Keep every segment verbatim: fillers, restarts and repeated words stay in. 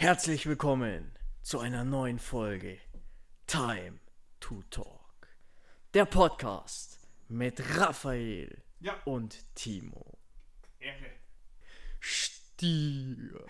Herzlich willkommen zu einer neuen Folge Time to Talk. Der Podcast mit Raphael Ja. und Timo. Ehre. Stier.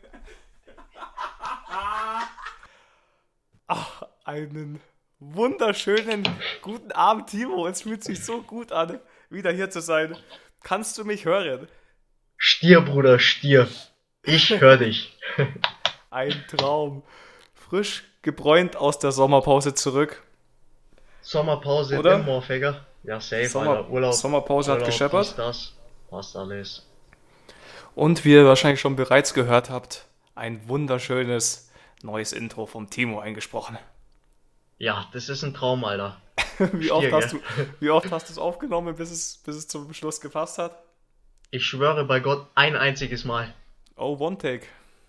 Ach, einen wunderschönen guten Abend, Timo. Es fühlt sich so gut an, wieder hier zu sein. Kannst du mich hören? Stier, Bruder, Stier. Ich höre dich. Ein Traum. Frisch gebräunt aus der Sommerpause zurück. Sommerpause Oder? im Moorfäger. Ja, safe, Sommer- Alter. Urlaub. Sommerpause hat Urlaub, gescheppert. dies, das. Passt alles. Und wie ihr wahrscheinlich schon bereits gehört habt, ein wunderschönes neues Intro vom Timo eingesprochen. Ja, das ist ein Traum, Alter. Wie oft Stier, hast gell? du, wie oft hast du es aufgenommen, bis es, bis es zum Schluss gepasst hat? Ich schwöre bei Gott, ein einziges Mal. Oh, One Take.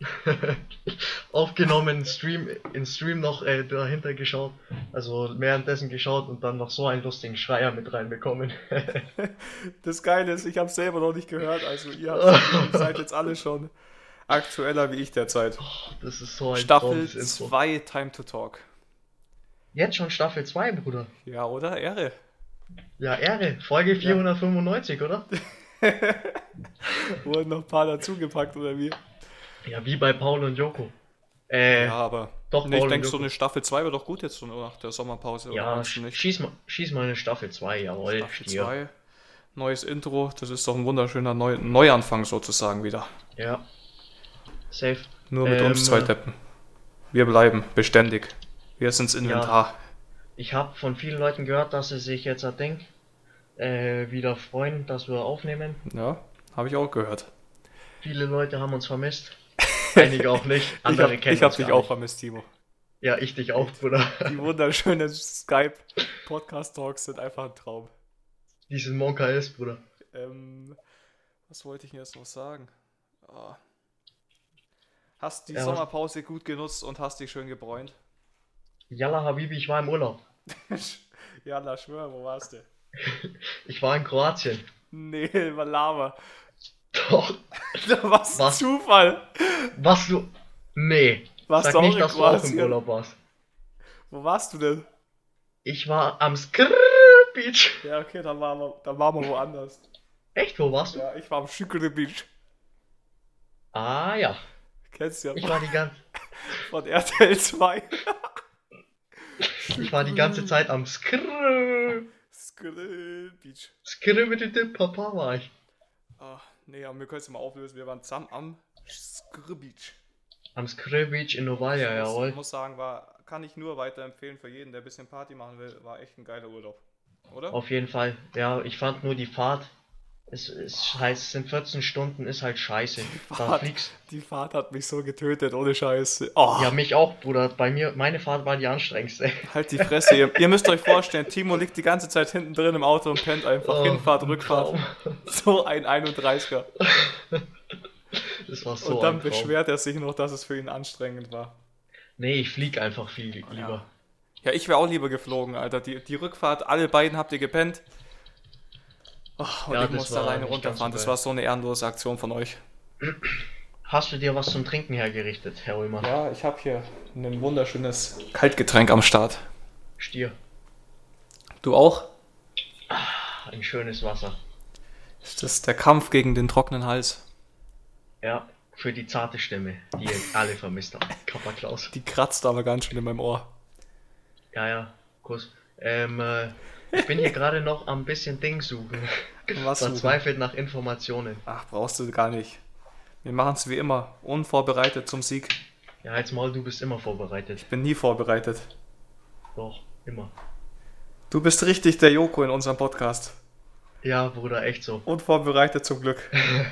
Aufgenommen, Stream, in Stream noch äh, dahinter geschaut. Also währenddessen geschaut und dann noch so einen lustigen Schreier mit reinbekommen. Das Geile ist, ich habe es selber noch nicht gehört, also ihr, habt, ihr seid jetzt alle schon aktueller wie ich derzeit. Das ist so ein Staffel Traum, das Intro. zwei Time to Talk. Jetzt schon Staffel zwei, Bruder. Ja, oder? Ehre. Ja, Ehre. Folge vierhundertfünfundneunzig, oder? Wurden noch ein paar dazugepackt, oder wie? Ja, wie bei Paul und Joko. Äh, Ja, aber doch, nee, ich Paul denke, und so Joko. eine Staffel zwei wäre doch gut jetzt so nach der Sommerpause. Oder Ja, meinst du sch nicht? schieß mal, schieß mal eine Staffel zwei, jawohl. Staffel Stier. zwei, neues Intro, das ist doch ein wunderschöner Neu Neuanfang sozusagen wieder. Ja. Safe. Nur mit Ähm, uns zwei Deppen. Wir bleiben beständig. Wir sind's Inventar. Ich habe von vielen Leuten gehört, dass sie sich jetzt ein Ding äh, wieder freuen, dass wir aufnehmen. Ja, habe ich auch gehört. Viele Leute haben uns vermisst. Einige auch nicht. Ich Andere habe kennen ich hab uns dich gar auch nicht. vermisst, Timo. Ja, ich dich auch, Bruder. Die wunderschönen Skype-Podcast-Talks sind einfach ein Traum. Diesen Monka ist, Bruder. Ähm, was wollte ich denn jetzt noch sagen? Ah. Hast die Ja, was- Sommerpause gut genutzt und hast dich schön gebräunt? Yalla Habibi, ich war im Urlaub. Ja, na schwör, wo warst du? Ich war in Kroatien. Nee, war Lava. Doch. Was ein Was? Zufall. Was du. Nee. Warst Sag du auch nicht, in dass du auch im Kroatien? Urlaub warst. Wo warst du denn? Ich war am Skrrr Beach. Ja, okay, dann waren wir, dann waren wir woanders. Echt, wo warst du? Ja, ich war am Schükere Beach. Ah ja. Kennst du ja Ich war die ganze. von R T L zwei. Ich war die ganze Zeit am Skrrr. Skrill Beach. Skrrr mit dem Papa war ich. Ah, nee, aber wir können es mal auflösen. Wir waren zusammen am Skrill Beach. Am Skrrr Beach in Novalia, Ich jawohl. muss sagen, war, kann ich nur weiterempfehlen für jeden, der ein bisschen Party machen will. War echt ein geiler Urlaub. Oder? Auf jeden Fall. Ja, ich fand nur die Fahrt. Es, es heißt, es sind vierzehn Stunden, ist halt scheiße. Da Fahrt, fliegst. die Fahrt hat mich so getötet, ohne Scheiß. Oh, Ja, mich auch, Bruder. Bei mir, meine Fahrt war die anstrengendste. halt die Fresse. ihr, ihr müsst euch vorstellen, Timo liegt die ganze Zeit hinten drin im Auto und pennt einfach. Oh, Hinfahrt, ein Rückfahrt. Traum. So ein einunddreißiger. Das war so Und dann ein Traum. beschwert er sich noch, dass es für ihn anstrengend war. Nee, ich flieg einfach viel lieber. Ja, ich wäre auch lieber geflogen, Alter. Die, die Rückfahrt, alle beiden habt ihr gepennt. Oh, und Ja, ich das musste war alleine nicht runterfahren. ganz Das so geil. war so eine ehrenlose Aktion von euch. Hast du dir was zum Trinken hergerichtet, Herr Ulmer? Ja, ich habe hier ein wunderschönes Kaltgetränk am Start. Stier. Du auch? Ein schönes Wasser. Ist das der Kampf gegen den trockenen Hals? Ja, für die zarte Stimme, die ihr alle vermisst habt. Kappa Klaus. Die kratzt aber ganz schön in meinem Ohr. Ja, ja, Kuss. Ähm, äh, ich bin hier gerade noch am bisschen Ding suchen. Was suchen? Verzweifelt nach Informationen. Ach, brauchst du gar nicht. Wir machen es wie immer. Unvorbereitet zum Sieg. Ja, halt's Maul, du bist immer vorbereitet. Ich bin nie vorbereitet. Doch, immer. Du bist richtig der Joko in unserem Podcast. Ja, Bruder, echt so. Unvorbereitet zum Glück.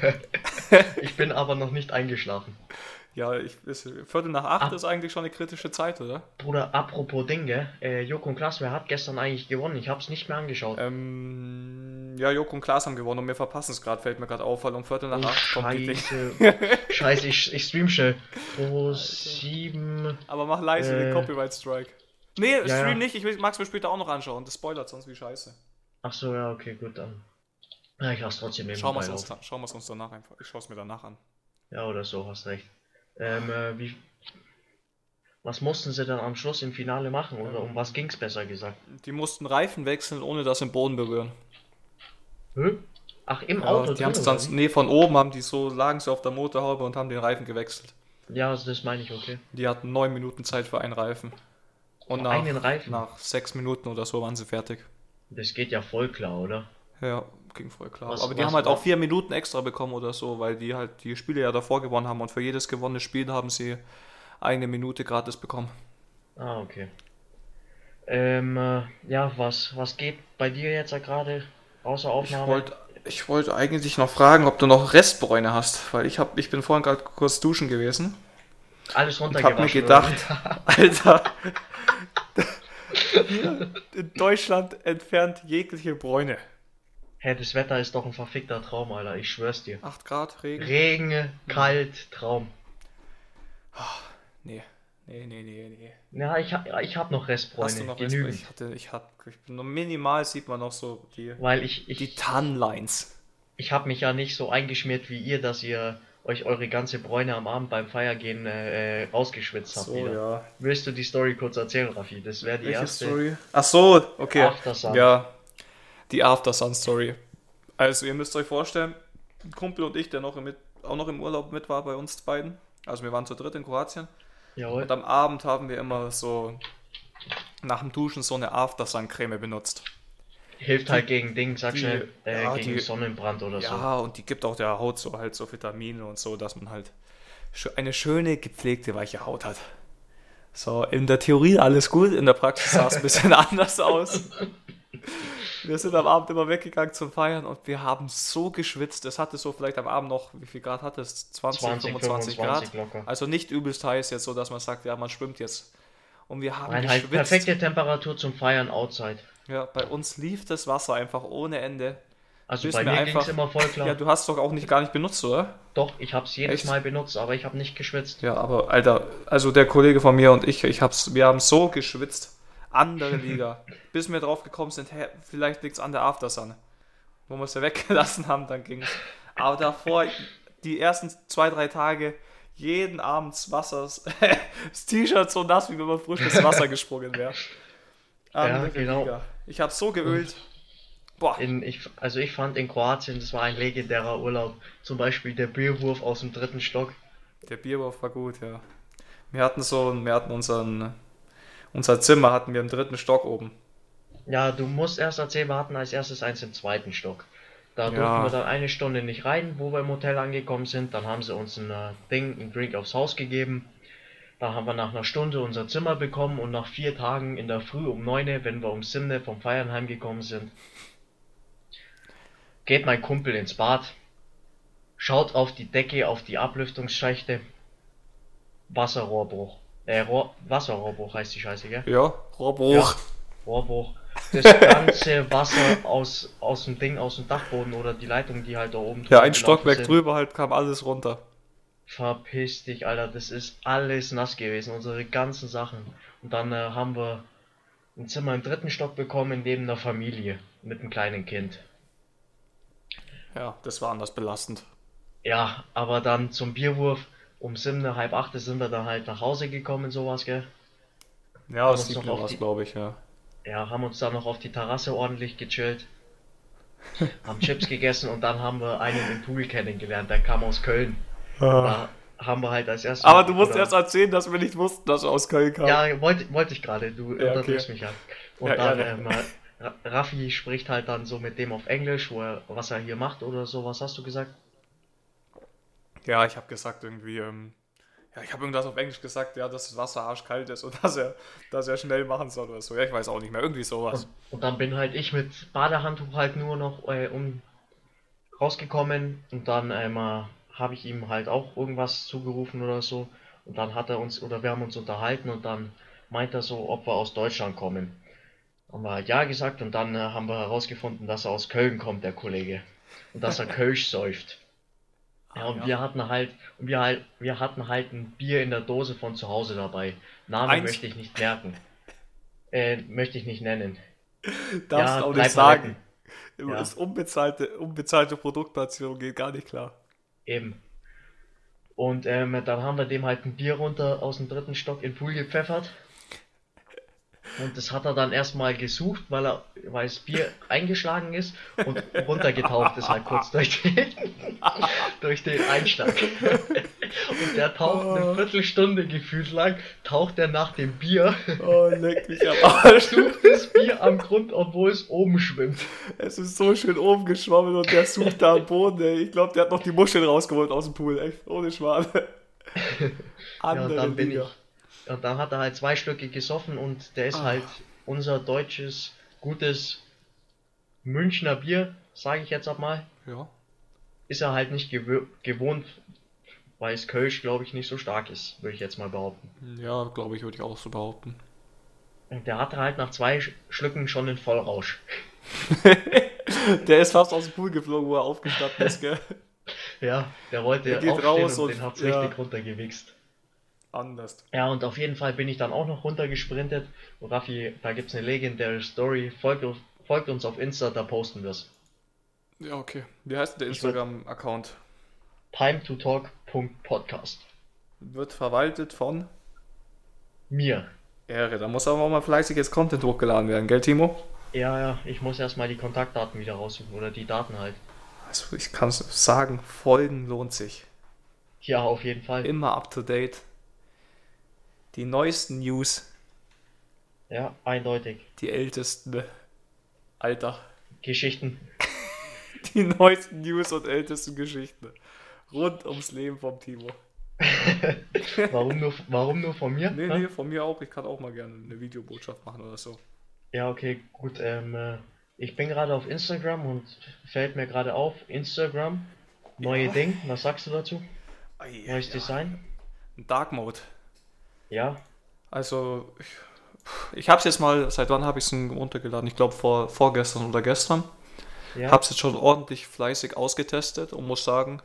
Ich bin aber noch nicht eingeschlafen. Ja, ich, ist, Viertel nach acht Ah. ist eigentlich schon eine kritische Zeit, oder? Bruder, apropos Dinge, äh, Joko und Klaas, wer hat gestern eigentlich gewonnen? Ich hab's nicht mehr angeschaut. Ähm, ja, Joko und Klaas haben gewonnen und wir verpassen es gerade, fällt mir gerade auf, weil um Viertel nach Oh, acht kommt die Ding. Scheiße. Scheiße, ich, ich stream schnell. Pro sieben. Aber mach leise Äh. den Copyright Strike. Nee, Ja, stream ja. nicht, ich mag es mir später auch noch anschauen. Das spoilert sonst wie scheiße. Ach so, ja, okay, gut, dann. Ja, ich hab's trotzdem Schauen wir nebenbei es uns, auf. da- schauen wir's uns danach einfach. Ich schaue es mir danach an. Ja, oder so, hast recht. Ähm, äh, wie, was mussten sie dann am Schluss im Finale machen oder um was ging es besser gesagt? Die mussten Reifen wechseln, ohne dass sie den Boden berühren. Hä? Ach, im Ja, Auto die haben drin es dann, oder wie? nee, von oben haben die so, lagen sie auf der Motorhaube und haben den Reifen gewechselt. Ja, also das meine ich, okay. Die hatten neun Minuten Zeit für einen Reifen. Und nach, Einen Reifen? nach sechs Minuten oder so waren sie fertig. Das geht ja voll klar, oder? Ja, ging voll klar. Was- Aber die was haben halt war- auch vier Minuten extra bekommen oder so, weil die halt die Spiele ja davor gewonnen haben und für jedes gewonnene Spiel haben sie eine Minute gratis bekommen. Ah, okay. Ähm, äh, ja, was, was geht bei dir jetzt da gerade außer Ich Aufnahme? wollte ich wollte eigentlich noch fragen, ob du noch Restbräune hast, weil ich hab, ich bin vorhin gerade kurz duschen gewesen Alles und hab mir runtergewaschen. gedacht, Alter, in Deutschland entfernt jegliche Bräune. Hä, das Wetter ist doch ein verfickter Traum, Alter. Ich schwör's dir. acht Grad, Regen? Regen, kalt, Traum. Nee, nee, nee, nee, nee. Ja, ich hab, ich hab noch Restbräune. Hast du noch genügend. Restbräune? Ich hatte, ich hatte, ich bin nur minimal sieht man noch so die, Weil ich, die ich, Tan-Lines. ich hab mich ja nicht so eingeschmiert wie ihr, dass ihr euch eure ganze Bräune am Abend beim Feiergehen äh, äh, ausgeschwitzt habt So, wieder. ja. Willst du die Story kurz erzählen, Raffi? Das wäre die Welche erste. Story? Ach so, okay. Aftersun. Ja, die Aftersun-Story. Also ihr müsst euch vorstellen, ein Kumpel und ich, der noch im, mit, auch noch im Urlaub mit war bei uns beiden. Also wir waren zu dritt in Kroatien. Jawohl. Und am Abend haben wir immer so nach dem Duschen so eine Aftersun-Creme benutzt. Hilft halt gegen Ding, sag die- schnell, äh, ja, gegen die- Sonnenbrand oder so. Ja, und die gibt auch der Haut so halt so Vitamine und so, dass man halt sch- eine schöne, gepflegte, weiche Haut hat. So, in der Theorie alles gut, in der Praxis sah es ein bisschen anders aus. Wir sind am Abend immer weggegangen zum Feiern und wir haben so geschwitzt. Es hatte so vielleicht am Abend noch, wie viel Grad hatte es? zwanzig, zwanzig, fünfundzwanzig fünfundzwanzig Grad. locker. Also nicht übelst heiß jetzt so, dass man sagt, ja, man schwimmt jetzt. Und wir haben Nein, halt geschwitzt. perfekte Temperatur zum Feiern outside. Ja, bei uns lief das Wasser einfach ohne Ende. Also Bis bei mir mir einfach- ging's immer voll klar. Ja, du hast doch auch nicht gar nicht benutzt, oder? Doch, ich hab's jedes Echt? Mal benutzt, aber ich habe nicht geschwitzt. Ja, aber Alter, also der Kollege von mir und ich, ich hab's, wir haben so geschwitzt. Andere Liga. Bis wir drauf gekommen sind, hä, vielleicht liegt's an der Aftersun. Wo wir es ja weggelassen haben, dann ging's. Aber davor, die ersten zwei, drei Tage, jeden Abend das Wasser, das T-Shirt so nass, wie wenn man frisch ins Wasser gesprungen wäre. Andere genau. Liga. Ich hab's so geölt. Boah. In, ich, also ich fand in Kroatien, das war ein legendärer Urlaub. Zum Beispiel der Bierwurf aus dem dritten Stock. Der Bierwurf war gut, ja. Wir hatten so, wir hatten unseren, unser Zimmer hatten wir im dritten Stock oben. Ja, du musst erst erzählen, wir hatten als erstes eins im zweiten Stock. Da Ja. durften wir dann eine Stunde nicht rein, wo wir im Hotel angekommen sind. Dann haben sie uns ein äh, Ding, ein Drink aufs Haus gegeben. Dann haben wir nach einer Stunde unser Zimmer bekommen und nach vier Tagen in der Früh um neun, wenn wir um sieben vom Feiern heimgekommen sind, geht mein Kumpel ins Bad, schaut auf die Decke, auf die Ablüftungsschächte, Wasserrohrbruch. Äh, Rohr, Wasserrohrbruch heißt die Scheiße, gell? Ja, Rohrbruch. Ja. Rohrbruch. Das ganze Wasser aus, aus dem Ding, aus dem Dachboden oder die Leitung, die halt da oben Ja, drüber ein gelaufen Stockwerk sind. drüber halt kam alles runter. Verpiss dich, Alter, das ist alles nass gewesen, unsere ganzen Sachen. Und dann äh, haben wir ein Zimmer im dritten Stock bekommen, neben einer Familie mit einem kleinen Kind. Ja, das war anders belastend. Ja, aber dann zum Bierwurf um sieben, halb acht sind wir dann halt nach Hause gekommen, sowas, gell? Ja, Haben das uns sieht noch mir auf was, die- glaube ich, ja. Ja, haben uns dann noch auf die Terrasse ordentlich gechillt, haben Chips gegessen und dann haben wir einen im Pool kennengelernt, der kam aus Köln. Da haben wir halt als erstes... Aber du musst oder- erst erzählen, dass wir nicht wussten, dass er aus Köln kam. Ja, wollte wollte ich gerade, du Ja, okay. unterdrückst mich ja. Und Ja, dann, gerne. ähm, Ra- Raffi spricht halt dann so mit dem auf Englisch, wo er, was er hier macht oder so, was hast du gesagt? Ja, ich habe gesagt irgendwie, ähm, ja, ich habe irgendwas auf Englisch gesagt, ja, dass das Wasser arschkalt ist und dass er, dass er schnell machen soll oder so. Ja, ich weiß auch nicht mehr, irgendwie sowas. Und, und dann bin halt ich mit Badehandtuch halt nur noch äh, um rausgekommen und dann ähm, äh, habe ich ihm halt auch irgendwas zugerufen oder so und dann hat er uns, oder wir haben uns unterhalten und dann meint er so, ob wir aus Deutschland kommen. Haben wir halt ja gesagt und dann äh, haben wir herausgefunden, dass er aus Köln kommt, der Kollege. Und dass er Kölsch säuft. Ja, und ja. wir hatten halt, und wir halt, wir hatten halt ein Bier in der Dose von zu Hause dabei. Namen Eins? möchte ich nicht merken. Äh, möchte ich nicht nennen. Darfst ja, auch bleib nicht sagen. Ja. Das unbezahlte, unbezahlte Produktplatzierung geht gar nicht klar. Eben. Und ähm, dann haben wir dem halt ein Bier runter aus dem dritten Stock in den Pool gepfeffert. Und das hat er dann erstmal gesucht, weil er, weil das Bier eingeschlagen ist und runtergetaucht ist halt kurz durch den, durch den Einschlag. Und der taucht eine Viertelstunde gefühlt lang, taucht er nach dem Bier. Oh, leck mich am Arsch. Sucht das Bier am Grund, obwohl es oben schwimmt. Es ist so schön oben geschwommen und der sucht da am Boden, ey. Ich glaube, der hat noch die Muscheln rausgeholt aus dem Pool, echt. Ohne Schwan. Andere Ja, und dann bin Liga. ich. Und dann hat er halt zwei Stücke gesoffen und der ist Ah. halt unser deutsches, gutes Münchner Bier, sage ich jetzt auch mal. Ja. Ist er halt nicht gewö- gewohnt, weil es Kölsch, glaube ich, nicht so stark ist, würde ich jetzt mal behaupten. Ja, glaube ich, würde ich auch so behaupten. Und der hatte halt nach zwei Sch- Schlücken schon den Vollrausch. Der ist fast aus dem Pool geflogen, wo er aufgestanden ist, gell? Ja, der wollte Der geht aufstehen raus und, und- den hat's ja. richtig runtergewichst. Anders. Ja, und auf jeden Fall bin ich dann auch noch runtergesprintet. Und Raffi, da gibt's eine legendäre Story. Folgt, uns- folgt uns auf Insta, da posten wir's. Ja, okay. Wie heißt der Ich würd- Instagram-Account? time to talk punkt podcast. Wird verwaltet von Mir. Ehre. Da muss aber auch mal fleißiges Content hochgeladen werden, gell, Timo? Ja, ja, ich muss erstmal die Kontaktdaten wieder raussuchen. Oder die Daten halt. Also, ich kann es sagen, Folgen lohnt sich. Ja, auf jeden Fall. Immer up to date. Die neuesten News, Ja, eindeutig. die ältesten. Alter. Geschichten. Die neuesten News und ältesten Geschichten. Rund ums Leben vom Timo. Warum nur, warum nur von mir? Nee, Hä? nee, von mir auch. Ich kann auch mal gerne eine Videobotschaft machen oder so. Ja, okay, gut. Ähm, äh, ich bin gerade auf Instagram und fällt mir gerade auf, Instagram, neue Ja. Ding. Was sagst du dazu? Ei, Neues ja. Design? Dark Mode. Ja, Also, ich, ich habe es jetzt mal, seit wann habe ich es runtergeladen? Ich glaube vor, vorgestern oder gestern. ja. Habe es jetzt schon ordentlich fleißig ausgetestet und muss sagen,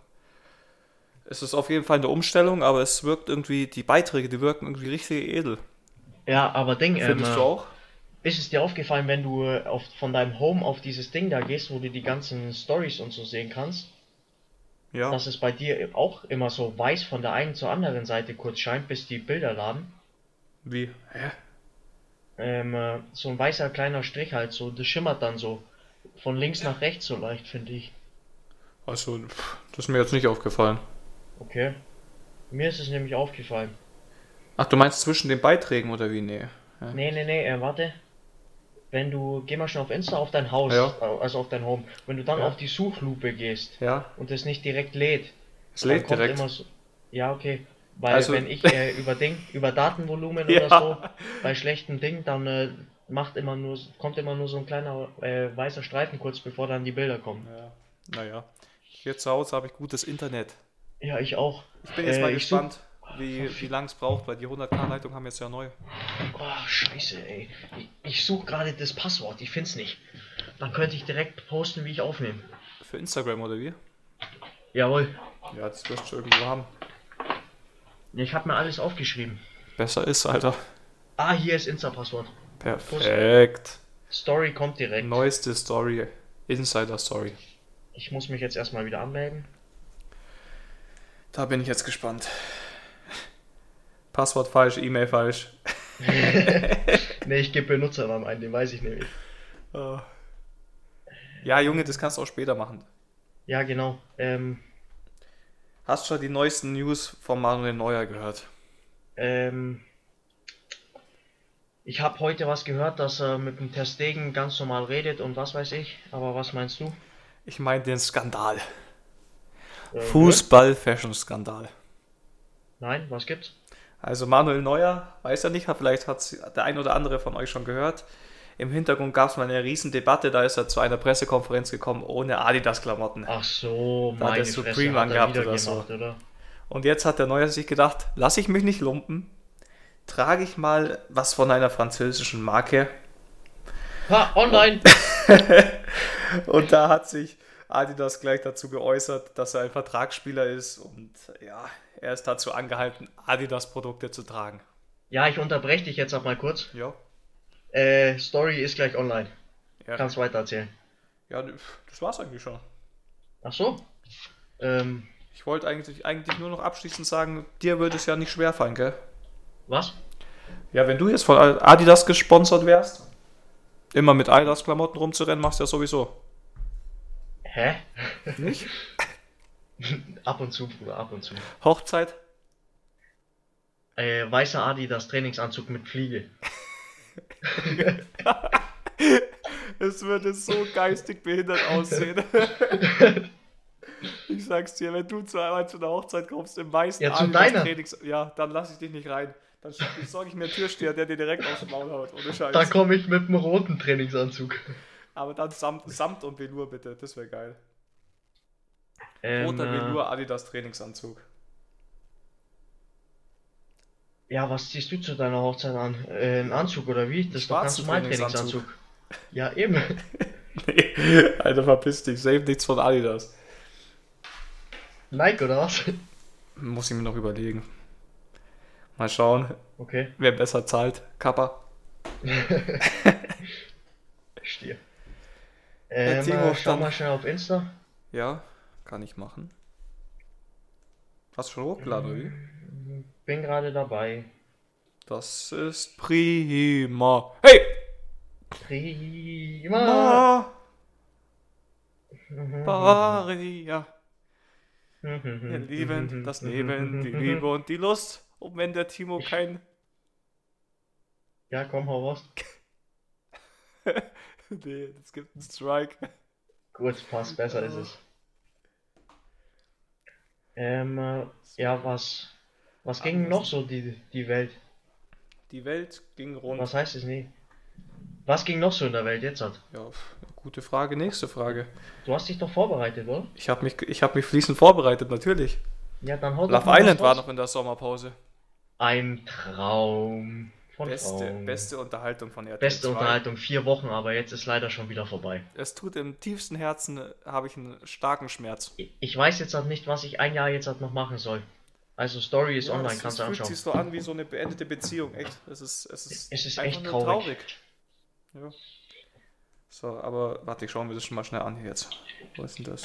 es ist auf jeden Fall eine Umstellung, aber es wirkt irgendwie, die Beiträge, die wirken irgendwie richtig edel. Ja, aber Ding, ähm, Findest du auch? ist es dir aufgefallen, wenn du äh, auf, von deinem Home auf dieses Ding da gehst, wo du die ganzen Stories und so sehen kannst, Ja. dass es bei dir auch immer so weiß von der einen zur anderen Seite kurz scheint, bis die Bilder laden? Wie? Hä? Ähm, äh, so ein weißer kleiner Strich halt so, das schimmert dann so von links nach rechts so leicht, finde ich. Also, pff, das ist mir jetzt nicht aufgefallen. Okay. Mir ist es nämlich aufgefallen. Ach, du meinst zwischen den Beiträgen oder wie? Nee. Ja. Nee, nee, nee, äh, warte. Wenn du, geh mal schon auf Insta auf dein Haus, Ja. äh, also auf dein Home. Wenn du dann Ja. auf die Suchlupe gehst Ja, und es nicht direkt lädt, es dann lädt kommt direkt. immer so. Ja, okay. Weil Also- wenn ich äh, über Ding, über Datenvolumen Ja. oder so, bei schlechten Ding, dann äh, macht immer nur, kommt immer nur so ein kleiner äh, weißer Streifen kurz bevor dann die Bilder kommen. Ja, naja. Hier zu Hause habe ich gutes Internet. Ja, ich auch. Ich bin jetzt Äh, mal ich gespannt, wie, wie lang es braucht, weil die hundert K-Leitung haben jetzt ja neu. Oh, scheiße, ey. Ich, ich suche gerade das Passwort, ich find's nicht. Dann könnte ich direkt posten, wie ich aufnehme. Für Instagram oder wie? Jawohl. Ja, das wirst du irgendwo haben. Ich habe mir alles aufgeschrieben. Besser ist, Alter. Ah, hier ist Insta-Passwort. Perfekt. Story kommt direkt. Neueste Story. Insider Story. Ich muss mich jetzt erstmal wieder anmelden. Da bin ich jetzt gespannt. Passwort falsch, E-Mail falsch. Ne, ich gebe Benutzernamen ein, den weiß ich nämlich. Äh. Ja, Junge, das kannst du auch später machen. Ja, genau. Ähm, Hast schon die neuesten News von Manuel Neuer gehört? ähm, ich habe heute was gehört, dass er mit dem Ter Stegen ganz normal redet und was weiß ich. Aber was meinst du? Ich meine den Skandal. Äh, Fußball-Fashion-Skandal. Nein, was gibt's? Also Manuel Neuer, weiß ja nicht, vielleicht hat der ein oder andere von euch schon gehört. Im Hintergrund gab es mal eine riesen Debatte, da ist er zu einer Pressekonferenz gekommen ohne Adidas-Klamotten. Ach so, Da hat meine er Fresse, Supreme hat er angehabt wieder oder so. gemacht, oder? Und jetzt hat der Neuer sich gedacht, lass ich mich nicht lumpen, trage ich mal was von einer französischen Marke. Ha, online! Und da hat sich Adidas gleich dazu geäußert, dass er ein Vertragsspieler ist und ja, er ist dazu angehalten, Adidas-Produkte zu tragen. Ja, ich unterbreche dich jetzt auch mal kurz. Ja, Äh, Story ist gleich online. ja, Kannst weiter erzählen. ja das war's eigentlich schon. Ach so. Ähm, Ich wollte eigentlich, eigentlich nur noch abschließend sagen, dir würde es ja nicht schwerfallen, gell? Was? Ja, wenn du jetzt von Adidas gesponsert wärst, immer mit Adidas-Klamotten rumzurennen, machst du ja sowieso. Hä? Nicht? Ab und zu, Bruder, ab und zu. Hochzeit? Äh, weißer Adidas Trainingsanzug mit Fliege. Es würde so geistig behindert aussehen. Ich sag's dir, wenn du zweimal zu einer Hochzeit kommst im weißen Ja, zu deiner. Trainings, ja, dann lass ich dich nicht rein. Dann sorge ich mir einen Türsteher, der dir direkt aufs Maul haut, ohne Scheiß. Da komme ich mit dem roten Trainingsanzug. Aber dann Samt, Samt und Velour bitte, das wäre geil. Ähm, Roter äh, Velour Adidas Trainingsanzug. Ja, was ziehst du zu deiner Hochzeit an? Äh, ein Anzug oder wie? Das ist doch ganz Schwarzen normal Trainingsanzug. Trainingsanzug. Ja, eben. Nee, Alter, verpiss dich, save nichts von Adidas. Nike oder was? Muss ich mir noch überlegen. Mal schauen, Okay, wer besser zahlt. Kappa. stehe. Ähm, Timo, äh, schau dann- mal schnell auf Insta. Ja, kann ich machen. Hast du schon hochgeladen, oder wie? Bin gerade dabei. Das ist prima. Hey! Prima. Ma Maria. Wir lieben das Leben, die Liebe und die Lust. Und wenn der Timo kein... Ja, komm, hau raus. Nee, es gibt einen Strike. Gut, passt, besser ist es. Ähm, äh, ja, was, was ging noch so die, die Welt? Die Welt ging rund. Was heißt es nie? Was ging noch so in der Welt jetzt hat? Ja, gute Frage, nächste Frage. Du hast dich doch vorbereitet, oder? Ich habe mich, ich hab mich fließend vorbereitet, natürlich. Ja, dann haut Love doch mal Island was war raus. noch in der Sommerpause. Ein Traum von Beste, Traum. beste Unterhaltung von R T L Beste zwei. Unterhaltung, vier Wochen, aber jetzt ist leider schon wieder vorbei. Es tut im tiefsten Herzen, äh, habe ich einen starken Schmerz. Ich, ich weiß jetzt halt nicht, was ich ein Jahr jetzt halt noch machen soll. Also Story ist Ja, online, es, kannst es du fühlt anschauen. sich so an wie so eine beendete Beziehung, echt. Es ist, es ist, Es ist einfach echt nur traurig. Ja. So, aber warte, ich schaue mir das schon mal schnell an hier jetzt. Wo ist denn das?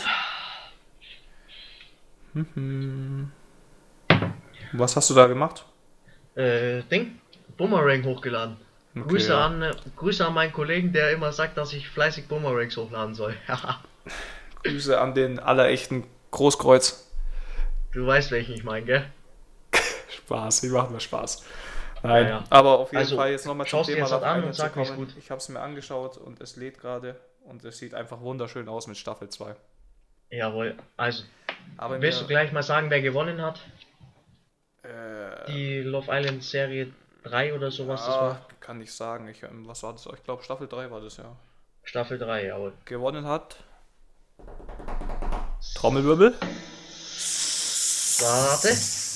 Mhm. Was hast du da gemacht? Äh, Ding, Boomerang hochgeladen. Okay, Grüße, ja. an, äh, Grüße an meinen Kollegen, der immer sagt, dass ich fleißig Boomerangs hochladen soll. Grüße an den allerechten Großkreuz. Du weißt, welchen ich meine, gell? Spaß, die machen mir Spaß. Nein, Ja, ja. aber auf jeden Also, Fall jetzt nochmal zum schau's dir Thema jetzt halt Love an Island und zu sag, wie's kommen. gut. Ich habe es mir angeschaut und es lädt gerade und es sieht einfach wunderschön aus mit Staffel zwei. Jawohl, also, Aber willst mir, du gleich mal sagen, wer gewonnen hat? äh, Die Love Island Serie drei oder sowas, das ja, war? kann ich sagen. Ich, ähm, was war das? Ich glaube Staffel drei war das, ja. Staffel drei, jawohl. Gewonnen hat Trommelwirbel. Warte.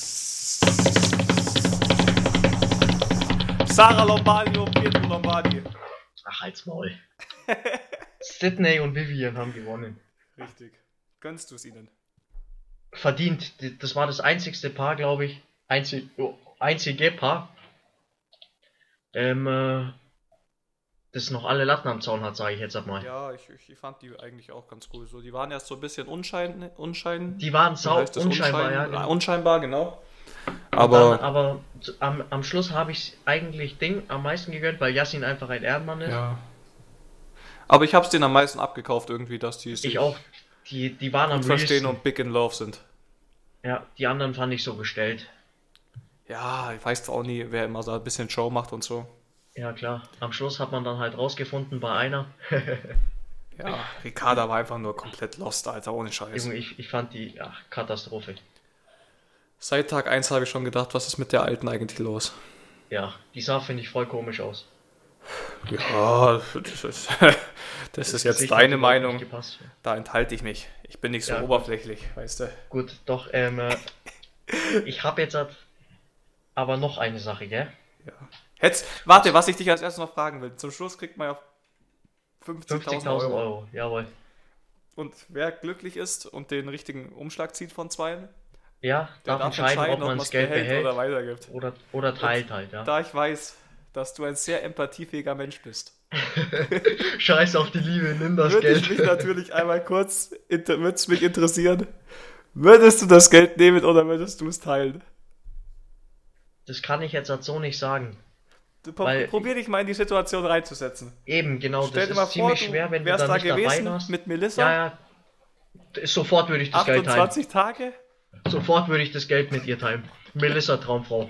Sarah Lombardi und Pietro Lombardi. Ach, halt's Maul. Sydney und Vivian haben gewonnen. Richtig. Gönnst du es ihnen? Verdient. Die- Das war das einzigste Paar, glaube ich. Einzig, oh, einzige Paar. Ähm, äh, das noch alle Latten am Zaun hat, sage ich jetzt einmal. Ja, ich, ich fand die eigentlich auch ganz cool. So, die waren erst so ein bisschen unschein, unschein, Die waren wie sau heißt das? unscheinbar, ja. Unschein- Genau. unscheinbar, genau. Aber, Aber dann, aber zu- am, am Schluss habe ich eigentlich Ding am meisten gegönnt, weil Yassin einfach ein Ehrenmann ist. ja. Aber ich hab's denen am meisten abgekauft irgendwie, dass die sich Ich auch. Die, die waren am gut verstehen realsten. und big in love sind. Ja, die anderen fand ich so gestellt. Ja, ich weiß auch nie, wer immer so ein bisschen Show macht und so. Ja klar. Am Schluss hat man dann halt rausgefunden bei einer. Ja, Ricarda war einfach nur komplett lost, Alter, ohne Scheiß. Junge, ich, ich fand die ach, Katastrophe. Seit Tag eins habe ich schon gedacht, was ist mit der Alten eigentlich los? Ja, die sah, finde ich, voll komisch aus. Ja, das ist, das ist jetzt Gesicht deine hat überhaupt Meinung. nicht gepasst. Da enthalte ich mich. Ich bin nicht so Ja, gut. oberflächlich, weißt du. Gut, doch, ähm, äh, ich habe jetzt halt aber noch eine Sache, gell? Ja. Jetzt, warte, was ich dich als erstes noch fragen will. Zum Schluss kriegt man ja fünfzigtausend fünfzigtausend Euro. Euro, jawohl. Und wer glücklich ist und den richtigen Umschlag zieht von zweien, Ja, der darf entscheiden, ob man man das Geld behält behält oder weitergibt. oder, oder teilt halt, ja. Da ich weiß, dass du ein sehr empathiefähiger Mensch bist, Scheiß auf die Liebe, nimm das würde ich Geld. mich natürlich einmal kurz, inter, würde es mich interessieren, Würdest du das Geld nehmen oder würdest du es teilen? Das kann ich jetzt halt so nicht sagen. Du, pro- Weil- probier dich mal in die Situation reinzusetzen. Eben, genau, Stell das dir mal ist vor, ziemlich du schwer, wenn du wärst da da nicht dabei gewesen warst. mit Melissa. Ja, ja. D- Sofort würde ich das Geld teilen. achtundzwanzig Tage? Sofort würde ich das Geld mit ihr teilen. Melissa Traumfrau.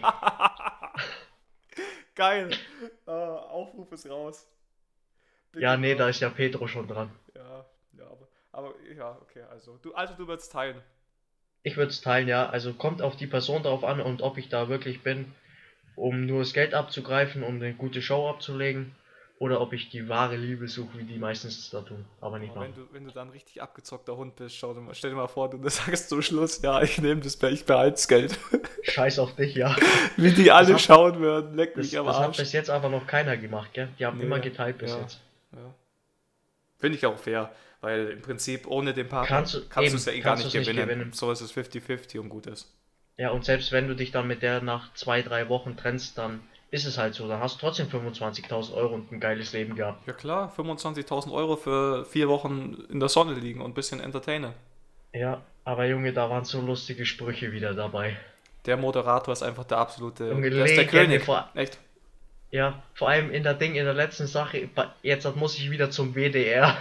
Geil. Äh, Aufruf ist raus. Bitte Ja, nee, raus. da ist ja Pedro schon dran. Ja, ja, aber, aber ja, okay, also du, also du würdest teilen. Ich würde es teilen, ja. Also kommt auf die Person drauf an und ob ich da wirklich bin, um nur das Geld abzugreifen, um eine gute Show abzulegen, oder ob ich die wahre Liebe suche, wie die meistens da tun. Aber nicht Aber wenn machen. du, wenn du dann richtig abgezockter Hund bist, schau dir mal, stell dir mal vor, du sagst zum Schluss, ja, ich nehme das, ich behalte das Geld. Scheiß auf dich, ja. Wie die alle hat- schauen würden, leck Das, mich am das hat Arsch. bis jetzt aber noch keiner gemacht, gell? Die haben Nee, immer geteilt bis ja. jetzt. Ja. Finde ich auch fair, weil im Prinzip ohohne den Partner Kannst kannst, du- du eben, es ja eh gar kannst nicht du's nicht gewinnen. gewinnen. So ist es fünfzig fünfzig und gut ist. Ja, und selbst wenn du dich dann mit der nach zwei, drei Wochen trennst, dann ist es halt so. Dann hast du trotzdem fünfundzwanzigtausend Euro und ein geiles Leben gehabt. Ja klar, fünfundzwanzigtausend Euro für vier Wochen in der Sonne liegen und ein bisschen entertainen. Ja, aber Junge, da waren so lustige Sprüche wieder dabei. Der Moderator ist einfach der absolute, Junge, der ist der Legende König. vor- Echt. Ja, vor allem in der Ding, in der letzten Sache, ba- jetzt muss ich wieder zum W D R.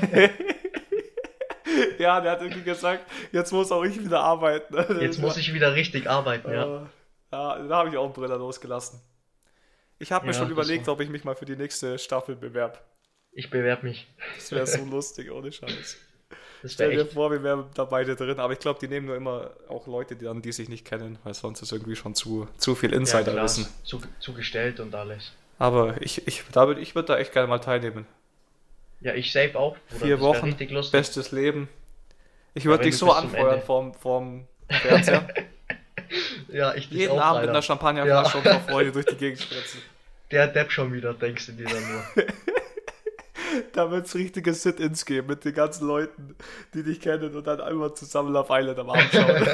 Ja, der hat irgendwie gesagt, jetzt muss auch ich wieder arbeiten. Jetzt muss ich wieder richtig arbeiten, ja. Ja, ja da habe ich auch einen Briller losgelassen. Ich habe mir Ja, schon das überlegt, war- ob ich mich mal für die nächste Staffel bewerbe. Ich bewerbe mich. Das wäre so lustig, ohne Scheiß. Das Stell wäre dir echt. vor, wir wären da beide drin, aber ich glaube, die nehmen nur immer auch Leute, die, dann, die sich nicht kennen, weil sonst ist irgendwie schon zu, zu viel Ja, klar, Insiderwissen. zu, zugestellt und alles. Aber ich, ich, da würd, ich würde da echt gerne mal teilnehmen. Ja, ich safe auch. Bruder, Vier das wär Wochen, richtig lustig. bestes Leben. Ich würde wenn dich du so bis zum anfeuern Ende- vorm, vorm Fernseher. Ja, ich dich Jeden auch, Abend mit Alter. einer Champagnerflasche Ja. und vor Freude durch die Gegend spritzen. Der Depp schon wieder, denkst du dir dann nur. Da wird es richtige Sit-Ins geben mit den ganzen Leuten, die dich kennen und dann einmal zusammen Love Island am Abend schauen.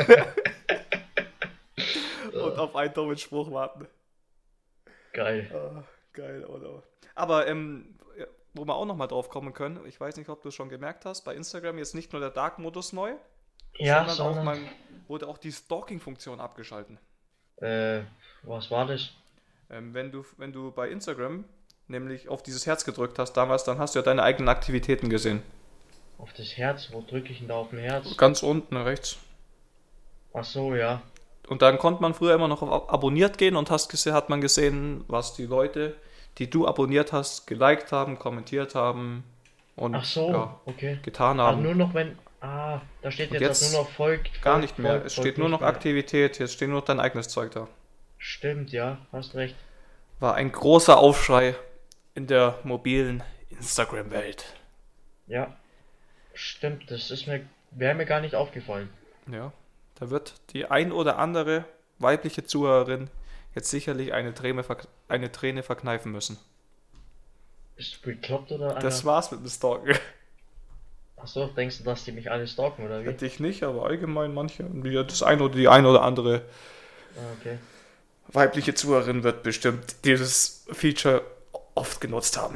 Und auf einen dummen Spruch warten. Geil. Ah, geil, oder? Aber ähm, ja, wo wir auch nochmal drauf kommen können, ich weiß nicht, ob du es schon gemerkt hast, bei Instagram jetzt nicht nur der Dark-Modus neu, Ja, sondern auch sondern, mal, wurde auch die Stalking-Funktion abgeschalten. äh, was war das? Ähm, wenn du, wenn du bei Instagram nämlich auf dieses Herz gedrückt hast damals, dann hast du ja deine eigenen Aktivitäten gesehen. Auf das Herz? Wo drücke ich denn da auf ein Herz? Ganz unten rechts. Ach so, ja. Und dann konnte man früher immer noch auf Abonniert gehen und hast gese- hat man gesehen, was die Leute, die du abonniert hast, geliked haben, kommentiert haben und Ach so, ja, okay. getan Aber haben. nur noch wenn. Ah, da steht Und jetzt, jetzt halt nur noch folgt. Gar folgt, nicht mehr. folgt, Es folgt steht nur nicht noch mehr. Aktivität, jetzt steht nur noch dein eigenes Zeug da. Stimmt, ja, hast recht. War ein großer Aufschrei in der mobilen Instagram-Welt. Ja. Stimmt, das ist mir. Wäre mir gar nicht aufgefallen. Ja, da wird die ein oder andere weibliche Zuhörerin jetzt sicherlich eine Träne, verk- eine Träne verkneifen müssen. Bist du bekloppt oder Das Alter? war's mit dem Stalken. Achso, denkst du, dass die mich alle stalken oder wie? Hätte ich nicht, aber allgemein manche. Die, das eine oder die ein oder andere Ah, okay. weibliche Zuhörerin wird bestimmt dieses Feature oft genutzt haben.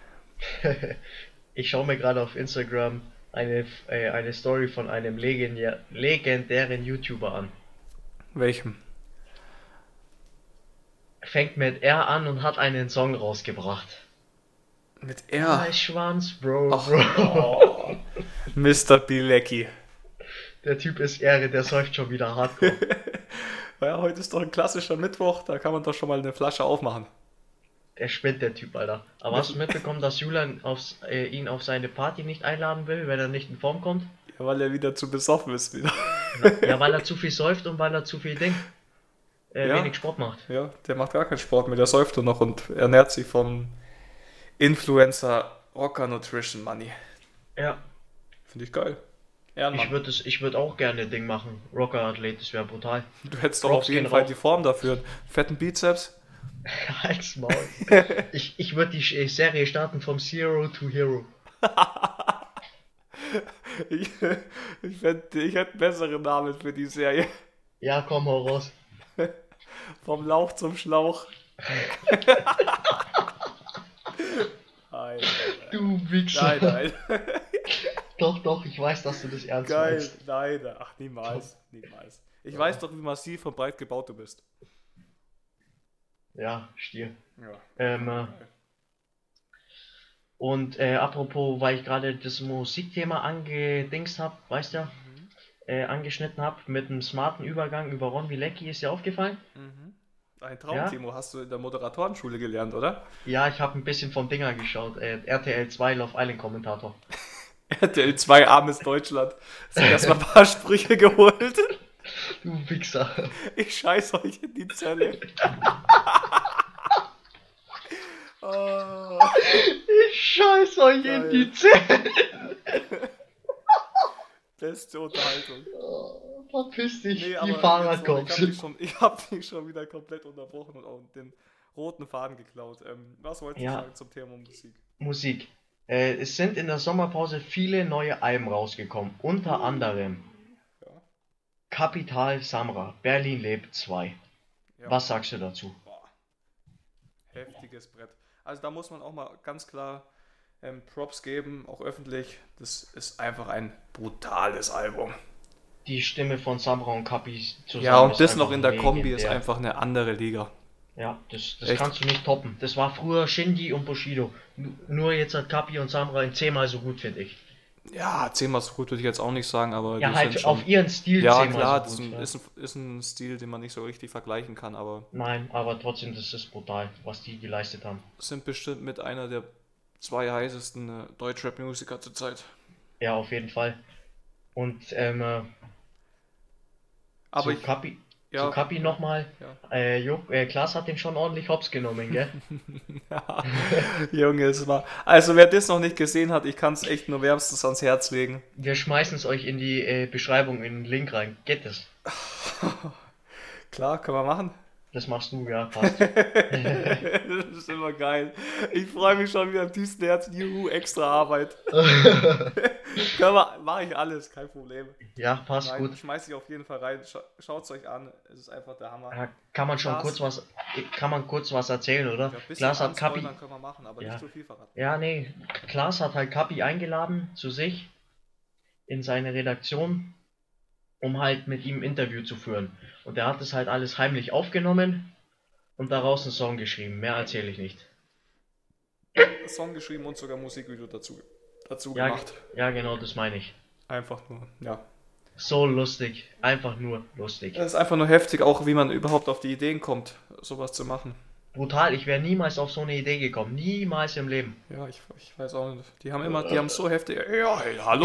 Ich schaue mir gerade auf Instagram eine, äh, eine Story von einem legendär, legendären YouTuber an. Welchem? Fängt mit R an und hat einen Song rausgebracht. Mit R. Mein Schwanz, Bro, Ach, Bro. oh. Mister Bilecki. Der Typ ist Ehre, der säuft schon wieder hardcore. Ja, heute ist doch ein klassischer Mittwoch, da kann man doch schon mal eine Flasche aufmachen. Der spinnt, der Typ, Alter. Aber hast du mitbekommen, dass Julian aufs, äh, ihn auf seine Party nicht einladen will, wenn er nicht in Form kommt? Ja, weil er wieder zu besoffen ist wieder. Ja, weil er zu viel säuft und weil er zu viel Ding. Äh, Ja. wenig Sport macht. Ja, der macht gar keinen Sport mehr, der säuft nur noch und ernährt sich vom Influencer Rocker Nutrition Money. Ja, Finde ich geil. Ehrenmann. ich würde ich würd auch gerne Ding machen. Rocker-Athlet, das wäre brutal. Du hättest doch Props auf jeden gehen Fall raus. die Form dafür. Fetten Bizeps. Halt's Maul. Ich, ich würde die Sch- Serie starten vom Zero to Hero. Ich, ich, fänd, ich hätte einen besseren Namen für die Serie. Ja, komm, hau raus. Vom Lauch zum Schlauch. Nein, Du Wichser. nein, nein. Doch, doch, ich weiß, dass du das ernst Geil, meinst. nein, ach niemals, niemals. Ich weiß doch, wie massiv und breit gebaut du bist. Ja, Stier. Ja. Ähm, äh, und äh, apropos, weil ich gerade das Musikthema angedingst habe, weißt du, Mhm. äh, angeschnitten habe, mit einem smarten Übergang über Ron Wilecki, ist dir aufgefallen? Mhm. Ein Traum, Ja? Timo, hast du in der Moderatorenschule gelernt, oder? Ja, ich habe ein bisschen vom Dinger geschaut, äh, R T L zwei Love Island Kommentator. R T L zwei armes Deutschland. Sich erstmal ein paar Sprüche geholt. Du Wichser. Ich scheiß euch in die Zelle. Oh, Ich scheiß euch Geil. in die Zähne. beste Unterhaltung. Oh, verpiss dich, Nee, die aber jetzt noch, ich Fahrradcops. hab dich schon, ich hab dich schon wieder komplett unterbrochen und auch den roten Faden geklaut. Ähm, was wolltest Ja. du sagen zum Thema Musik? Musik. Äh, es sind in der Sommerpause viele neue Alben rausgekommen. Unter anderem Ja. Kapital Samra, Berlin lebt zwei. Ja. Was sagst du dazu? Boah. Heftiges Brett. Also da muss man auch mal ganz klar ähm, Props geben, auch öffentlich. Das ist einfach ein brutales Album. Die Stimme von Samra und Kapi zusammen. Ja, und ist das einfach noch in der Kombi ist legendär. einfach eine andere Liga. Ja, das, das Echt? kannst du nicht toppen. Das war früher Shindy und Bushido. N- Nur jetzt hat Kapi und Samra in zehnmal so gut, finde ich. Ja, zehnmal so gut würde ich jetzt auch nicht sagen, aber Ja, die halt sind schon... auf ihren Stil Ja, zehnmal klar, das so ist gut. ein, ja. ist, ein, ist ein Stil, den man nicht so richtig vergleichen kann, aber Nein, aber trotzdem, das ist brutal, was die geleistet haben. sind bestimmt mit einer der zwei heißesten äh, Deutschrap-Musiker zurzeit. Ja, auf jeden Fall. Und ähm, äh, Aber zu ich, Kapi, ja, zu Kapi nochmal. ja. Äh, Jo, äh, Klaas hat den schon ordentlich hops genommen, gell? Ja, Junge, es war. Also, wer das noch nicht gesehen hat, ich kann es echt nur wärmstens ans Herz legen. Wir schmeißen es euch in die äh, Beschreibung, in den Link rein. Geht das? Klar, können wir machen. Das machst du, ja, passt. Das ist immer geil. Ich freue mich schon wieder am tiefsten Herzen. Juhu, extra Arbeit. Können wir, mache ich alles, kein Problem. Ja, passt Nein, gut. schmeiß ich auf jeden Fall rein. Scha Schaut es euch an. Es ist einfach der Hammer. Ja, kann man schon Klaas. kurz was, kann man kurz was erzählen, oder? Ja, ein bisschen Klaas hat Kapi, anspoilern können wir machen, aber Ja. nicht so viel verraten. ja, nee, Klaas hat halt Kapi eingeladen zu sich in seine Redaktion, um halt mit ihm ein Interview zu führen. Und er hat das halt alles heimlich aufgenommen und daraus einen Song geschrieben. Mehr erzähle ich nicht. Song geschrieben und sogar Musikvideo dazu, dazu Ja, gemacht. ja, genau, das meine ich. Einfach nur, ja. So lustig. Einfach nur lustig. Es ist einfach nur heftig, auch wie man überhaupt auf die Ideen kommt, sowas zu machen. Brutal, ich wäre niemals auf so eine Idee gekommen. Niemals im Leben. Ja, ich, ich weiß auch nicht. Die haben immer, die haben so heftig. Ja, hey, hallo.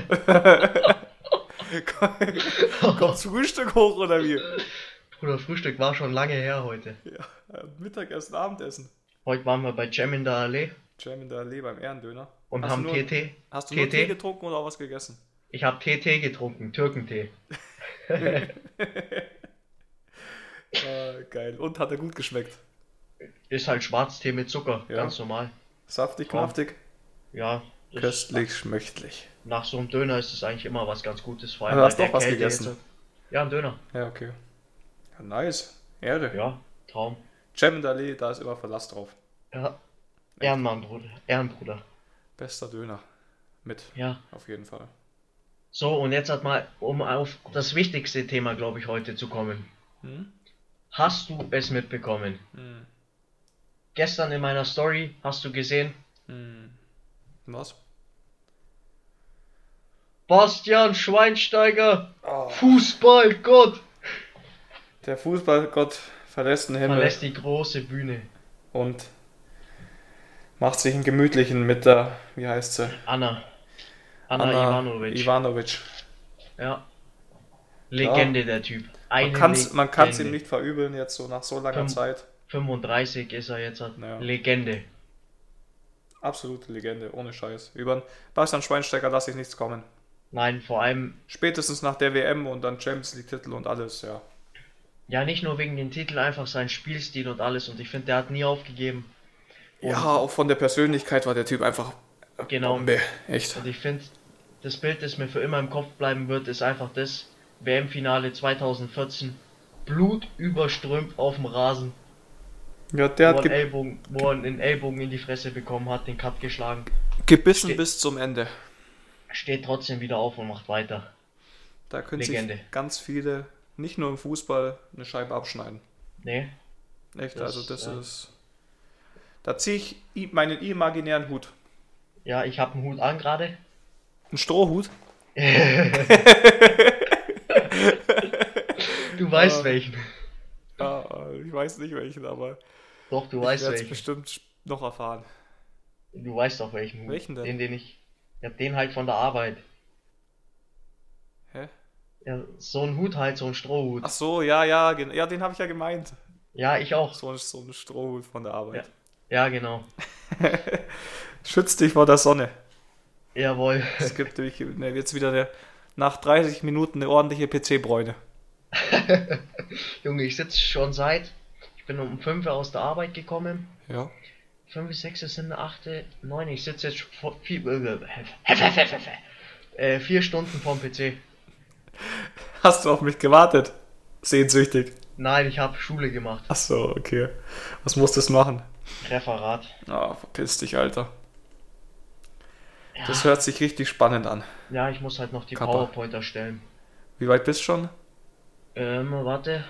Kommt Frühstück hoch oder wie? Bruder, Frühstück war schon lange her heute. Ja, äh, Mittagessen, Abendessen. Heute waren wir bei Jam in der Allee Jam in der Allee beim Ehrendöner. und Hast haben du nur, T T. Hast du nur T T? Tee getrunken oder auch was gegessen? Ich habe T T getrunken, Türkentee. Äh, geil. Und hat er gut geschmeckt? Ist halt Schwarztee mit Zucker, Ja. ganz normal. Saftig, Komm. knaftig? Ja, das- Köstlich, schmöchtlich. nach so einem Döner ist es eigentlich immer was ganz Gutes. Vor Also allem hast bei doch was Kälte gegessen? jetzt. Ja, ein Döner. Ja, okay. Ja, nice. Erde. Ja, Traum. Jam in der Allee, da ist immer Verlass drauf. Ja. Ehrenmann, Bruder. Ehrenbruder. Bester Döner. Mit, Ja. auf jeden Fall. So, und jetzt hat mal, um auf das wichtigste Thema, glaube ich, heute zu kommen. Hm? Hast du es mitbekommen? Hm. Gestern in meiner Story hast du gesehen, Hm. Was? Bastian Schweinsteiger, Oh. Fußballgott, Der Fußballgott verlässt den Himmel verlässt die große Bühne. und macht sich einen gemütlichen mit der, wie heißt sie? Anna. Anna, Anna Ivanovic. Ivanovic. Ja. Legende der Typ. Man Eine kann's, man kann's ihm Legende. nicht verübeln jetzt so nach so langer Fünf- Zeit. fünfunddreißig ist er jetzt. Ja. Legende. Absolute Legende, ohne Scheiß. Über den Bastian Schweinsteiger lasse ich nichts kommen. Nein, vor allem, Spätestens nach der W M und dann Champions League Titel und alles, ja. ja, nicht nur wegen den Titel, einfach sein Spielstil und alles. Und ich finde, der hat nie aufgegeben. Ja, auch von der Persönlichkeit war der Typ einfach Genau. Bombe. Echt. Und ich finde, das Bild, das mir für immer im Kopf bleiben wird, ist einfach das W M-Finale zweitausendvierzehn. Blut überströmt auf dem Rasen. Ja, der wo, hat er ge Ellbogen, wo er einen Ellbogen in die Fresse bekommen hat, den Cut geschlagen. gebissen Ste- bis zum Ende. steht trotzdem wieder auf und macht weiter. Da können Legende. sich ganz viele, nicht nur im Fußball, eine Scheibe abschneiden. Nee, Echt, Das, also das ja. ist... Da ziehe ich i- meinen imaginären Hut. ja, ich habe einen Hut an gerade. Ein Strohhut? Du weißt Ah. welchen. Ja, ich weiß nicht welchen, aber Doch, du ich weißt werde es welchen. bestimmt noch erfahren. Du weißt doch welchen Hut. Welchen denn? Den, den ich. Ja, den halt von der Arbeit. Hä? Ja, so ein Hut halt, so ein Strohhut. Ach so, ja, ja, gen- ja, den habe ich ja gemeint. Ja, ich auch. So ein, so ein Strohhut von der Arbeit. Ja, genau. Schützt dich vor der Sonne. Jawohl. Es gibt nämlich ne, jetzt wieder eine, nach dreißig Minuten eine ordentliche P C-Bräune. Junge, ich sitze schon seit. Ich bin um fünf Uhr aus der Arbeit gekommen. Ja. fünf, sechs sind acht, neun. Ich sitze jetzt vor vier, äh, vier Stunden vorm P C. Hast du auf mich gewartet? Sehnsüchtig. Nein, ich habe Schule gemacht. Ach so, okay. Was musstest du machen? Referat. Ah, verpiss dich, Alter. Ja, Das hört sich richtig spannend an. ja, ich muss halt noch die Kappa. PowerPoint erstellen. Wie weit bist du schon? Ähm, warte.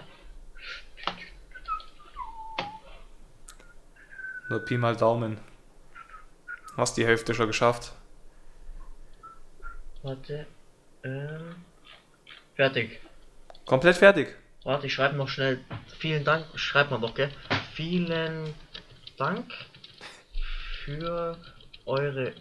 Nur Pi mal Daumen. Hast die Hälfte schon geschafft. Warte. Ähm. Fertig. Komplett fertig. Warte, ich schreibe noch schnell. Vielen Dank. Schreibt man doch, gell? Vielen Dank für eure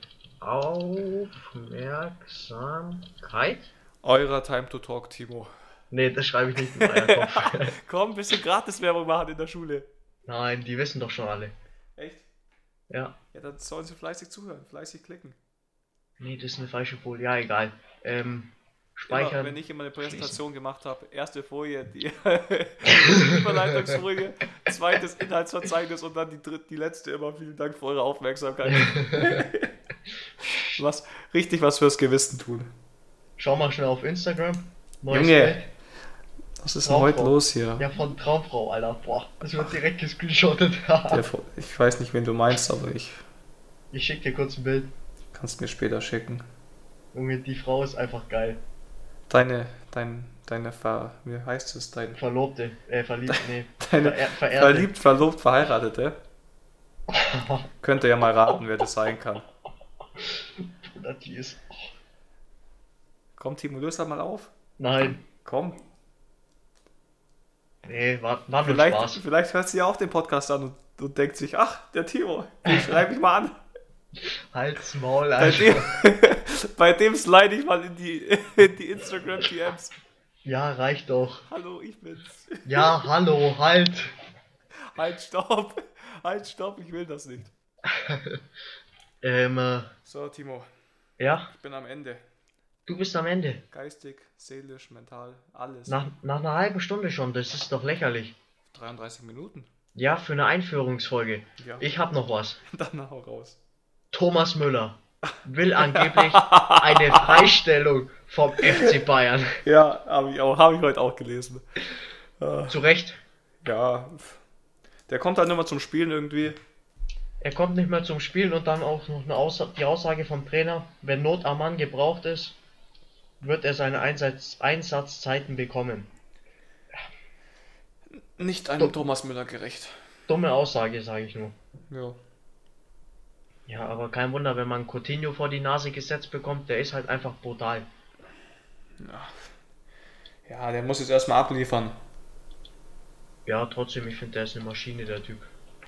Aufmerksamkeit. Eurer Time to Talk, Timo. Nee, das schreibe ich nicht in euer Kopf. Komm, ein bisschen Gratiswerbung machen in der Schule. Nein, die wissen doch schon alle. Echt? Ja. Ja, dann sollen sie fleißig zuhören, fleißig klicken. Nee, das ist eine falsche Folie. Ja, egal. Ähm, Immer, speichern. wenn ich immer eine Präsentation gemacht habe, erste Folie, die, die Überleitungsfolie, zweites Inhaltsverzeichnis und dann die dritte, die letzte immer. Vielen Dank für eure Aufmerksamkeit. was, richtig was fürs Gewissen tun. Schau mal schnell auf Instagram. Neues Junge. Bild. Was ist denn heute Traumfrau. los hier? Ja, von Traumfrau, Alter. Boah, das wird direkt gescreenshottet. Der, Fo- ich weiß nicht, wen du meinst, aber ich Ich schick dir kurz ein Bild. kannst mir später schicken. Junge, die Frau ist einfach geil. Deine, dein, deine Ver, wie heißt es, dein, Verlobte, äh, verliebt, nee. deine Verehr, verehrte. verliebt, verlobt, verheiratete. Könnt ihr ja mal raten, wer das sein kann. Bruder, die ist. Komm, Timo, löse das mal auf. Nein. Komm. Nee, war, war nur Vielleicht, Spaß. vielleicht hört sie ja auch den Podcast an und, und denkt sich, ach, der Timo, den schreibe ich mal an. Halt's Maul, Bei Alter. dem, bei dem slide ich mal in die, in die Instagram-D Ms. Ja, reicht doch. Hallo, ich bin's. Ja, hallo, halt. Halt, stopp. Halt, stopp, ich will das nicht. Ähm, äh, So, Timo, ja, ich bin am Ende. du bist am Ende. Geistig, seelisch, mental, alles. Nach, nach einer halben Stunde schon, das ist doch lächerlich. dreiunddreißig Minuten. Ja, für eine Einführungsfolge. Ja, Ich hab noch was. dann hau raus. Thomas Müller will angeblich eine Freistellung vom F C Bayern. Ja, habe ich, auch- hab ich heute auch gelesen. Äh, Zu Recht. Ja, der kommt halt nur mal zum Spielen irgendwie. Er kommt nicht mehr zum Spielen und dann auch noch eine Aussa die Aussage vom Trainer, wenn Not am Mann gebraucht ist, wird er seine Einsatz Einsatzzeiten bekommen. Nicht einem Dumm. Thomas Müller gerecht. Dumme Aussage, sage ich nur. Ja. Ja, aber kein Wunder, wenn man Coutinho vor die Nase gesetzt bekommt, der ist halt einfach brutal. Ja, der muss jetzt erstmal abliefern. Ja, trotzdem, ich finde, der ist eine Maschine, der Typ.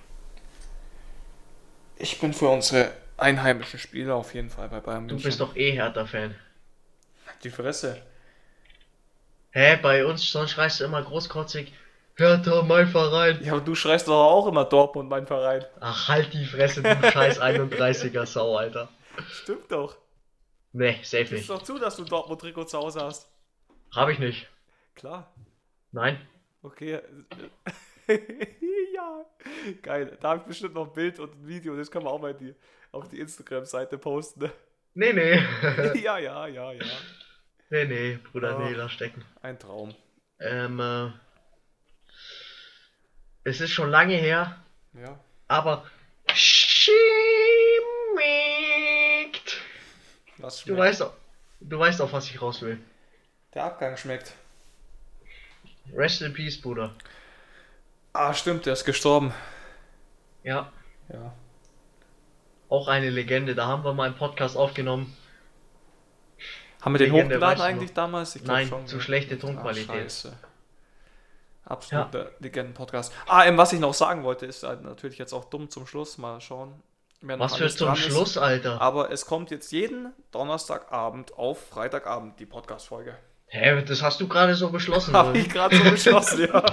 Ich bin für unsere einheimischen Spieler auf jeden Fall bei Bayern Du München. bist doch eh Hertha-Fan. Die Fresse. Hä, bei uns, sonst schreist du immer großkotzig, Hertha, mein Verein. Ja, aber du schreist doch auch immer Dortmund, mein Verein. Ach, halt die Fresse, du scheiß einunddreißiger Sau, Alter. Stimmt doch. Nee, safe Gib's nicht. doch zu, dass du ein Dortmund-Trikot zu Hause hast. Hab ich nicht. Klar. Nein. Okay. Ja. Geil. Da habe ich bestimmt noch ein Bild und ein Video. Das können wir auch mal die, auf die Instagram-Seite posten. Nee, nee. Ja, ja, ja, ja. nee, nee, Bruder, Oh. nee, lass stecken. Ein Traum. Ähm, äh, es ist schon lange her, Ja. aber schmeckt. Was Du schmeckt? weißt doch, Du weißt, auf was ich raus will. Der Abgang schmeckt. Rest in Peace, Bruder. Ah, stimmt, der ist gestorben. Ja, Ja. auch eine Legende. Da haben wir mal einen Podcast aufgenommen. Haben wir den Legende, hochgeladen weißt du eigentlich noch? damals? Ich glaub Nein, schon, zu ne? schlechte Ah, Tonqualität. scheiße. Absoluter Legenden-Podcast. Ah, ähm, was ich noch sagen wollte, ist halt natürlich jetzt auch dumm zum Schluss. Mal schauen, wer noch Was für alles zum dran Schluss, ist. Alter. Aber es kommt jetzt jeden Donnerstagabend auf Freitagabend die Podcast-Folge. Hä, das hast du gerade so beschlossen, Habe oder? ich gerade so beschlossen, ja.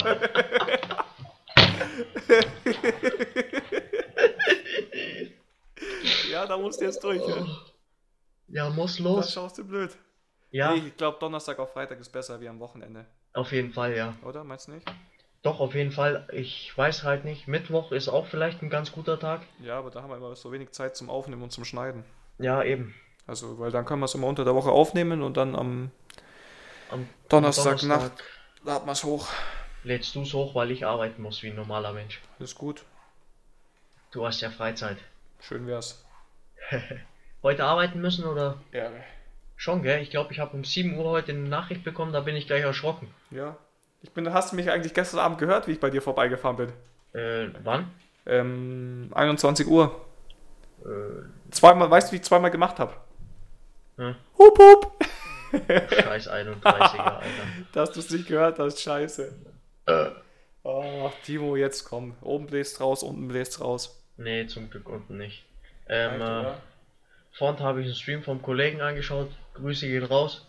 Ja, da musst du jetzt durch. Ja. Ja, muss Da los. schaust du blöd. Ja, Nee, ich glaube, Donnerstag auf Freitag ist besser wie am Wochenende. auf jeden Fall, ja. Oder? Meinst du nicht? Doch, auf jeden Fall. Ich weiß halt nicht. Mittwoch ist auch vielleicht ein ganz guter Tag. Ja, aber da haben wir immer so wenig Zeit zum Aufnehmen und zum Schneiden. Ja, eben. Also, weil dann können wir es immer unter der Woche aufnehmen und dann am Am Donnerstagnacht Donnerstag laden wir es hoch. lädst du es hoch, weil ich arbeiten muss wie ein normaler Mensch. Ist gut. Du hast ja Freizeit. Schön wär's. Heute arbeiten müssen oder? Ja. Schon, gell? Ich glaube, ich habe um sieben Uhr heute eine Nachricht bekommen, da bin ich gleich erschrocken. Ja. Ich bin, hast du mich eigentlich gestern Abend gehört, wie ich bei dir vorbeigefahren bin? Äh, wann? Ähm, einundzwanzig Uhr. Äh, Zweimal, weißt du, wie ich zweimal gemacht habe? hm, Hup, hup. scheiß einunddreißiger, Alter. Dass du es nicht gehört hast, scheiße. Äh, Oh, Timo, jetzt komm. Oben bläst raus, unten bläst raus. nee, zum Glück unten nicht. Ähm, Alter, äh, ja. vorhin habe ich einen Stream vom Kollegen angeschaut. Grüße gehen raus.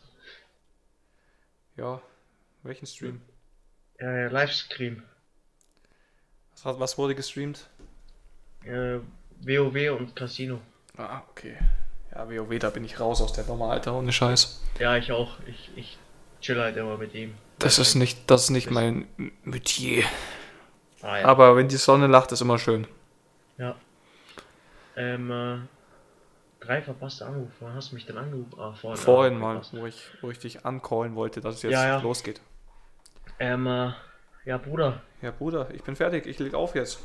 Ja, welchen Stream? Äh, Livestream. Was, hat- was wurde gestreamt? Äh, WoW und Casino. Ah, okay. Ja, WoW, da bin ich raus aus der Nummer, Alter, ohne Scheiß. Ja, ich auch. Ich, ich chill halt immer mit ihm. Das ist nicht, das ist nicht mein Metier. Ah, ja. Aber wenn die Sonne lacht, ist immer schön. Ja. Ähm, äh, drei verpasste Anrufe. Wann hast du mich denn angerufen? Ah, vorhin. Vorhin ah, mal, verpasst. wo ich, wo ich dich ancallen wollte, dass es jetzt Ja, ja. losgeht. Ähm, äh, ja, Bruder. Ja, Bruder, ich bin fertig, ich leg auf jetzt.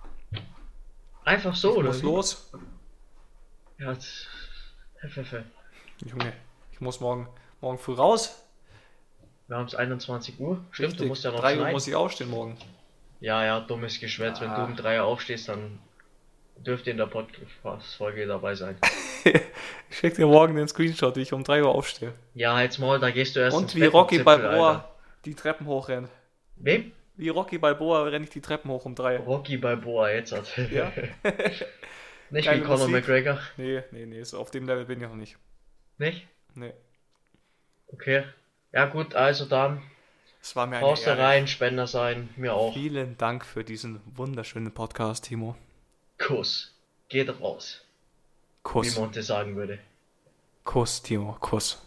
Einfach so, Ich oder? muss wie? los. Ja, tsch, Pfeffer. Junge, ich muss morgen, morgen früh raus. Wir haben es einundzwanzig Uhr. Stimmt, Richtig. du musst ja noch drei Uhr schneiden. muss ich aufstehen morgen. Ja, ja, dummes Geschwätz. Wenn Ja. du um drei Uhr aufstehst, dann dürft ihr in der Podcast-Folge dabei sein. Ich schick dir morgen den Screenshot, wie ich um drei Uhr aufstehe. Ja, halt's Maul, da gehst du erst Und ins wie Bett Rocky mit Zipfel, Balboa Alter. die Treppen hochrennt. Wem? Wie Rocky Balboa renne ich die Treppen hoch um drei. Rocky Balboa, jetzt hat. Ja? Nicht Geile wie Conor Musik. McGregor. Nee, nee, nee, so auf dem Level bin ich noch nicht. Nicht? Nee. Okay. Ja gut, also dann Es war mir eine Haust da Ehre. rein, Spender sein, mir auch. Vielen Dank für diesen wunderschönen Podcast, Timo. Kuss. Geht raus. Kuss. Wie Monte sagen würde. Kuss, Timo, Kuss.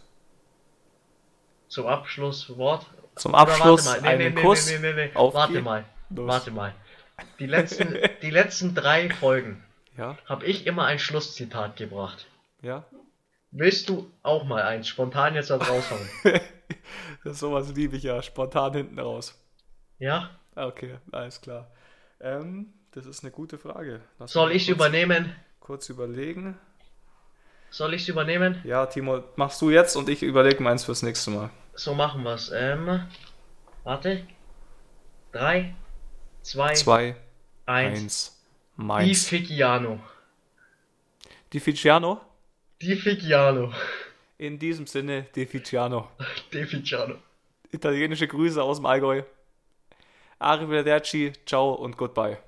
Zum Abschlusswort. Zum Oder Abschluss warte mal. Nee, einen nee, Kuss. Nee, nee, nee, nee. auf Warte die- mal. Los. Warte mal. Die letzten, die letzten drei Folgen Ja, habe ich immer ein Schlusszitat gebracht. ja. Willst du auch mal eins spontan jetzt da raushauen? Das sowas liebe ich ja, spontan hinten raus. Ja? Okay, alles klar. Ähm, das ist eine gute Frage. Lass Soll mich ich's kurz, übernehmen? kurz überlegen. Soll ich's übernehmen? Ja, Timo, machst du jetzt und ich überlege meins fürs nächste Mal. So machen wir's. Ähm, warte. Drei, zwei, Zwei, eins. eins, Die meins. Ficciano. Di Ficiano? Die Ficciano. In diesem Sinne, Di Ficiano. Die Ficciano. Italienische Grüße aus dem Allgäu. Arrivederci, ciao und goodbye.